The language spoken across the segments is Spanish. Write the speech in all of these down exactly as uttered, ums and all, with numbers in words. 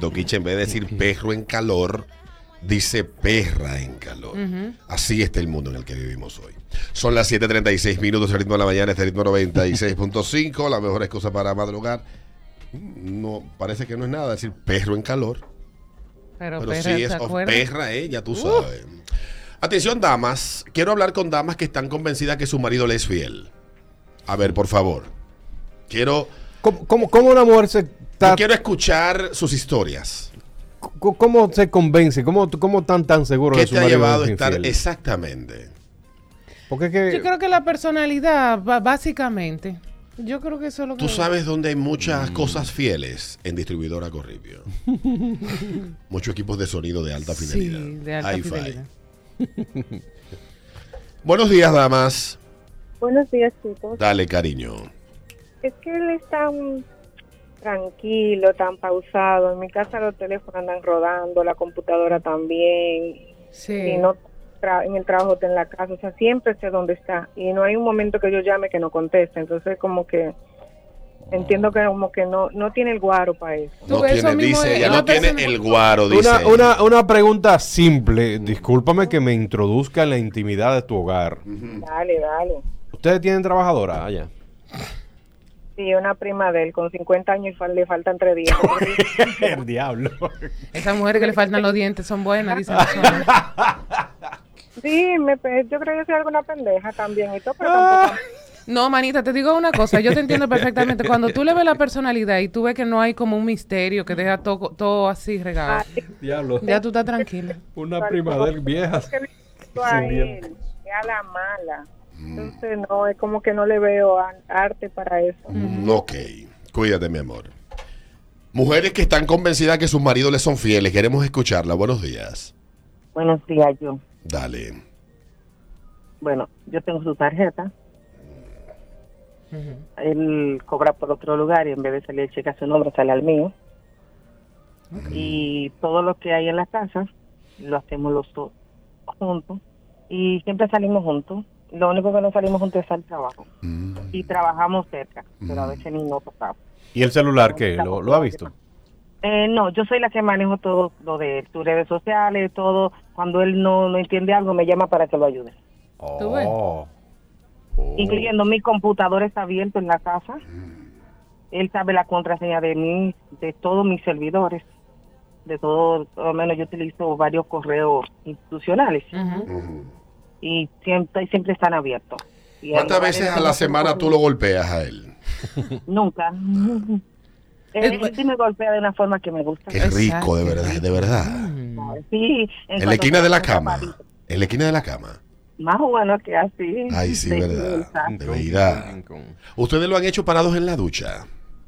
Toquicha, en vez de decir perro en calor, dice perra en calor. Uh-huh. Así está el mundo en el que vivimos hoy. Son las siete treinta y seis minutos, el ritmo de la mañana, este ritmo noventa y seis punto cinco, la mejor excusa para madrugar. No, parece que no es nada decir perro en calor. Pero, pero perra, sí es perra, eh, ya tú uh. sabes. Atención, damas. Quiero hablar con damas que están convencidas que su marido le es fiel. A ver, por favor. Quiero... ¿Cómo, cómo, cómo una mujer se... Ta... Yo quiero escuchar sus historias. ¿Cómo, cómo se convence? ¿Cómo, cómo tan tan seguro de su marido? ¿Qué te ha llevado a estar infiel? Exactamente? Porque que... Yo creo que la personalidad, básicamente... Yo creo que eso es lo que... Tú sabes dónde hay muchas mm. cosas fieles en Distribuidora Corripio. Muchos equipos de sonido de alta fidelidad. Sí, de alta Hi-Fi. fidelidad. Buenos días, damas. Buenos días, chicos. Dale, cariño. Es que él es tan tranquilo, tan pausado. En mi casa los teléfonos andan rodando, la computadora también. Sí. Y no tra- en el trabajo está en la casa. O sea, siempre sé dónde está. Y no hay un momento que yo llame que no conteste. Entonces, como que... Entiendo que como que no no tiene el guaro para eso. No tiene, dice, ya no tiene el guaro, dice. Una, una, una pregunta simple. Discúlpame que me introduzca en la intimidad de tu hogar. Uh-huh. Dale, dale. ¿Ustedes tienen trabajadora allá? Sí, una prima de él con cincuenta años y fal- le faltan tres días. El diablo. Esas mujeres que le faltan los dientes son buenas, dicen. Sí, me, yo creo que soy alguna pendeja también y todo, pero tampoco... No, manita, te digo una cosa, yo te entiendo perfectamente. Cuando tú le ves la personalidad y tú ves que no hay como un misterio que deja todo, todo así regado, ah, diablo. Ya tú estás tranquila. Una prima de él vieja. A él, a la mala. Entonces, no, es como que no le veo a, arte para eso. Mm, ok, cuídate, mi amor. Mujeres que están convencidas que sus maridos les son fieles, queremos escucharla. Buenos días. Buenos días, yo. Dale. Bueno, yo tengo su tarjeta. Uh-huh. Él cobra por otro lugar y en vez de salir el cheque a su nombre, sale al mío. Uh-huh. Y todo lo que hay en la casa lo hacemos los dos juntos y siempre salimos juntos. Lo único que no salimos juntos es al trabajo. Uh-huh. Y trabajamos cerca, uh-huh. pero a veces ni no tocamos. ¿Y el celular qué? ¿Lo, lo ha visto? Eh, no, yo soy la que manejo todo lo de tus redes sociales, todo. Cuando él no, no entiende algo, me llama para que lo ayude. Oh. ¿Tú ves? Oh. Incluyendo mi computador está abierto en la casa. Él sabe la contraseña de mí, de todos mis servidores, de todo, por lo menos yo utilizo varios correos institucionales. Uh-huh. Y siempre siempre están abiertos. Y ¿cuántas veces a la semana tú lo golpeas a él? Nunca. Él, él sí me golpea de una forma que me gusta. Qué rico, de verdad, de verdad. Sí. En, en la esquina de la cama. En la esquina de la cama. Más bueno que así. Ay, sí, de verdad. De verdad. ¿Ustedes lo han hecho parados en la ducha?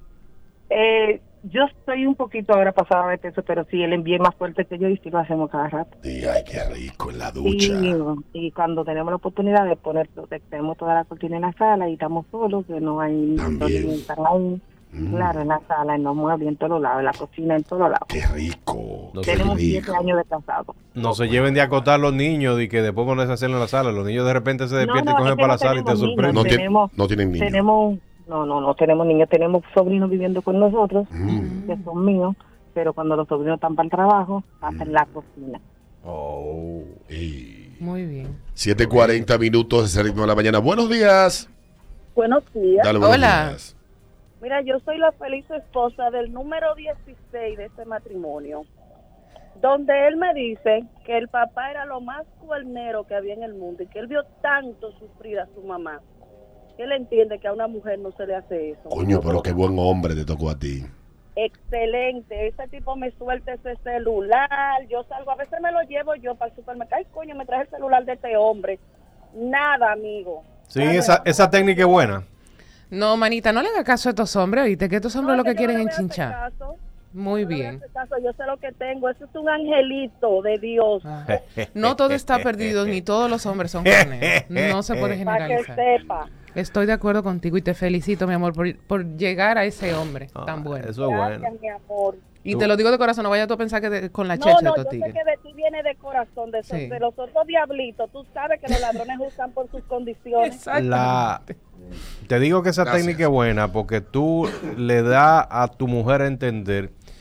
Eh, yo estoy un poquito ahora pasada de peso, pero sí, él envía más fuerte que yo y sí lo hacemos cada rato. Sí, ay, qué rico en la ducha. Y, y cuando tenemos la oportunidad de poner, tenemos toda la cortina en la sala y estamos solos, que no hay... También. Ahí, mm. Claro, en la sala, en los muebles, en todos lados, en la cocina, en todos lados. Qué rico. No tenemos siete años de casado. No se lleven de acotar los niños y que después ponerse a hacerlo en la sala. Los niños de repente se despiertan no, no, y cogen para la sala y te sorprenden. No, tenemos, no tienen niños. Tenemos, no, no, no tenemos niños. Tenemos sobrinos viviendo con nosotros, mm. que son míos, pero cuando los sobrinos están para el trabajo, están mm. en la cocina. Oh, hey. Muy bien. siete cuarenta minutos, ese ritmo de la mañana. Buenos días. Buenos días. Dale, buenos Hola. días. Mira, yo soy la feliz esposa del número dieciséis de este matrimonio, donde él me dice que el papá era lo más cuernero que había en el mundo y que él vio tanto sufrir a su mamá, que él entiende que a una mujer no se le hace eso. Coño, pero qué buen hombre te tocó a ti. Excelente, ese tipo me suelta ese celular, yo salgo, a veces me lo llevo yo para el supermercado, ay coño, me traje el celular de este hombre. Nada, amigo. Sí, esa, esa técnica es buena. No, manita, no le haga caso a estos hombres, ¿viste? Que estos hombres no, lo que, que quieren no es chinchar. Muy no bien. Caso, yo sé lo que tengo, eso es un angelito de Dios. Ah. No todo está perdido, ni todos los hombres son carneros. No se puede generalizar. Para que sepa. Estoy de acuerdo contigo y te felicito, mi amor, por, por llegar a ese hombre ah, tan bueno. Eso es bueno. Gracias, mi amor. Y tú, te lo digo de corazón, no vayas tú a pensar que de, con la no, checha no, de estos tigres. No, yo sé que de ti viene de corazón, de, esos, sí. de los otros diablitos. Tú sabes que los ladrones usan por sus condiciones. La, te digo que esa Gracias. técnica es buena porque tú le das a tu mujer a entender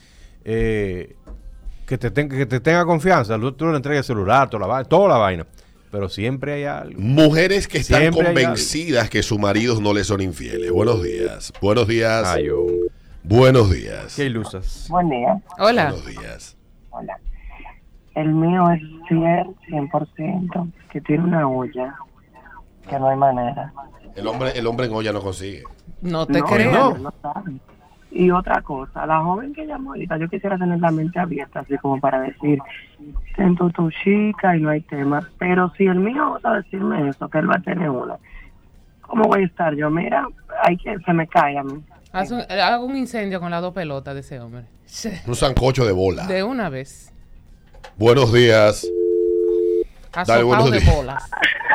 eh, que, te ten, que te tenga confianza. Tú le entregas el celular, toda la, vaina, toda la vaina. Pero siempre hay algo. Mujeres que están Siempre hay convencidas que sus maridos no les son infieles. Buenos días. Buenos días. Ay, oh. Buenos días. Qué ilusas. Buen día. Hola. Buenos días. Hola. El mío es fiel cien por ciento, que tiene una olla, que no hay manera. El hombre, el hombre en olla no consigue. No te No, creo. no, no saben. Y otra cosa, la joven que llamó ahorita, yo quisiera tener la mente abierta, así como para decir, siento tu chica y no hay tema. Pero si el mío va a decirme eso, que él va a tener una, ¿cómo voy a estar yo? Mira, hay que se me cae a mí. Haz un, hago un incendio con las dos pelotas de ese hombre. Un sancocho de bola. De una vez. Buenos días. Asopado buenos de días. bolas.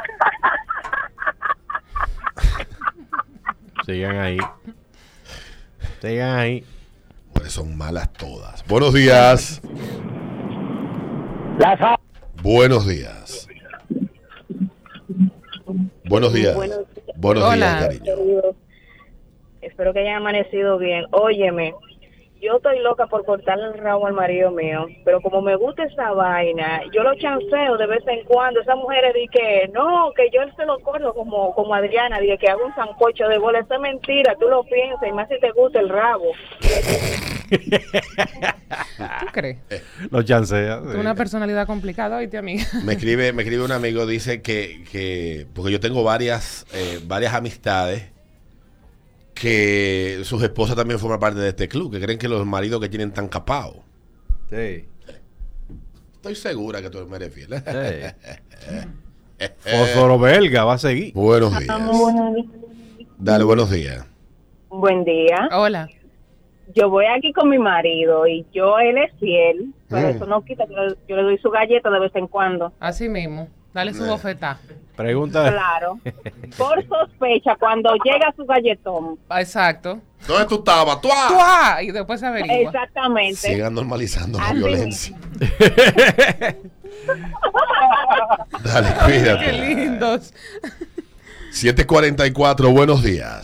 Sigan ahí. Sigan ahí. Pues son malas todas. Buenos días. Buenos días. Buenos días. Buenos Buenos Hola. días, cariño. Queridos, espero que hayan amanecido bien. Óyeme, yo estoy loca por cortarle el rabo al marido mío, pero como me gusta esa vaina, yo lo chanceo de vez en cuando. Esas mujeres dicen que no, que yo se lo corto como como Adriana, dije que hago un sancocho de bola. Eso es mentira, tú lo piensas, y más si te gusta el rabo. ¿Tú crees? Los chanceas. Tú una personalidad complicada, oíste, amiga. Me escribe, me escribe un amigo, dice que, que porque yo tengo varias, eh, varias amistades que sus esposas también forman parte de este club, que creen que los maridos que tienen tan capados. Sí. Estoy segura que tú eres fiel. ¿eh? Sí. Fósforo belga va a seguir. Buenos días. Dale, buenos días. Buen día. Hola. Yo voy aquí con mi marido y yo, él es fiel, pero Mm. eso no quita que yo, yo le doy su galleta de vez en cuando. Así mismo. Dale su Eh. bofetá. Pregunta. Claro. Por sospecha, cuando llega su galletón. Exacto. ¿Dónde tú estabas? ¡Tuá! ¡Tuá! Y después se averigua. Exactamente. Sigan normalizando la Así violencia. Dale, Qué cuídate. lindos. siete cuarenta y cuatro, buenos días.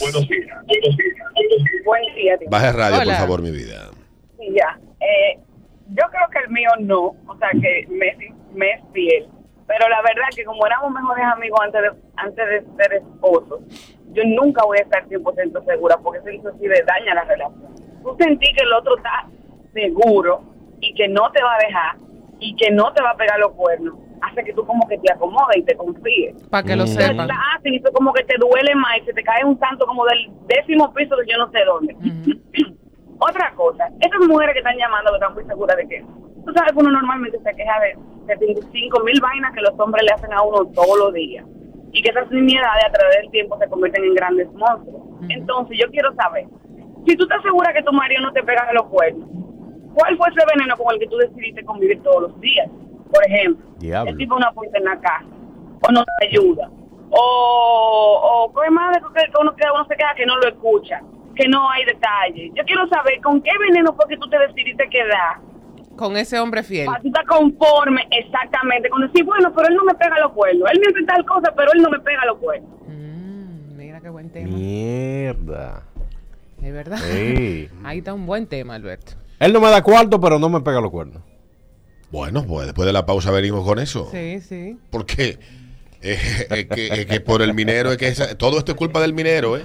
Buen día, tío. Baja el radio, Hola. por favor, mi vida. Sí, ya. Eh, yo creo que el mío no, o sea, que me, me es fiel. Pero la verdad que como éramos mejores amigos antes de antes de ser esposos, yo nunca voy a estar cien por ciento segura, porque eso sí le daña la relación. Tú sentí que el otro está seguro y que no te va a dejar y que no te va a pegar los cuernos, hace que tú como que te acomodes y te confíes. Para que lo Mm. sepan. Entonces, hacen y tú como que te duele más y se te cae un santo como del décimo piso de yo no sé dónde. Ujú. Otra cosa, esas mujeres que están llamando que están muy seguras de que, tú sabes que uno normalmente se queja de setenta y cinco mil vainas que los hombres le hacen a uno todos los días y que esas nimiedades a través del tiempo se convierten en grandes monstruos. Ujú. Entonces yo quiero saber, si tú estás segura que tu marido no te pega de los cuernos, ¿cuál fue ese veneno con el que tú decidiste convivir todos los días? Por ejemplo, Diablo. el tipo no apunta en la casa, o no te ayuda, o, o coge más de que uno, que uno se queda que no lo escucha, que no hay detalle. Yo quiero saber con qué veneno fue que tú te decidiste quedar. Con ese hombre fiel. Para tú estar conforme exactamente con decir, bueno, pero él no me pega los cuernos. Él me hace tal cosa, pero él no me pega los cuernos. Mm, mira qué buen tema. Mierda. Es verdad. Sí. Ahí está un buen tema, Alberto. Él no me da cuarto, pero no me pega los cuernos. Bueno, pues después de la pausa venimos con eso. Sí, sí. Porque es, es que, es que por el minero, es que esa- todo esto es culpa del minero, ¿eh?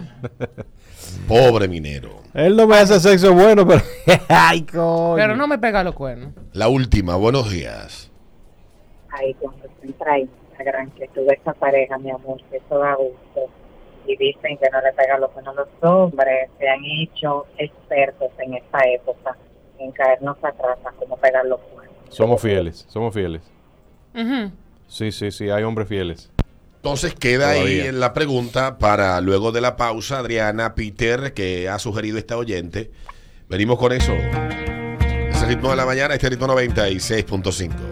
Pobre minero. Él no me hace sexo bueno, pero. Ay, coño. Pero no me pega los cuernos. La última, buenos días. Ay, cuando entra en Instagram que tuve esta pareja, mi amor, que eso da gusto. Y dicen que no le pega los cuernos a los hombres. Se han hecho expertos en esta época en caernos atrás a cómo pegar los cuernos. Somos fieles, somos fieles. Ujú. Sí, sí, sí, hay hombres fieles. Entonces queda ahí Todavía. en la pregunta para luego de la pausa, Adriana, Peter, que ha sugerido esta oyente. Venimos con eso. Ese ritmo de la mañana, este ritmo noventa y seis punto cinco.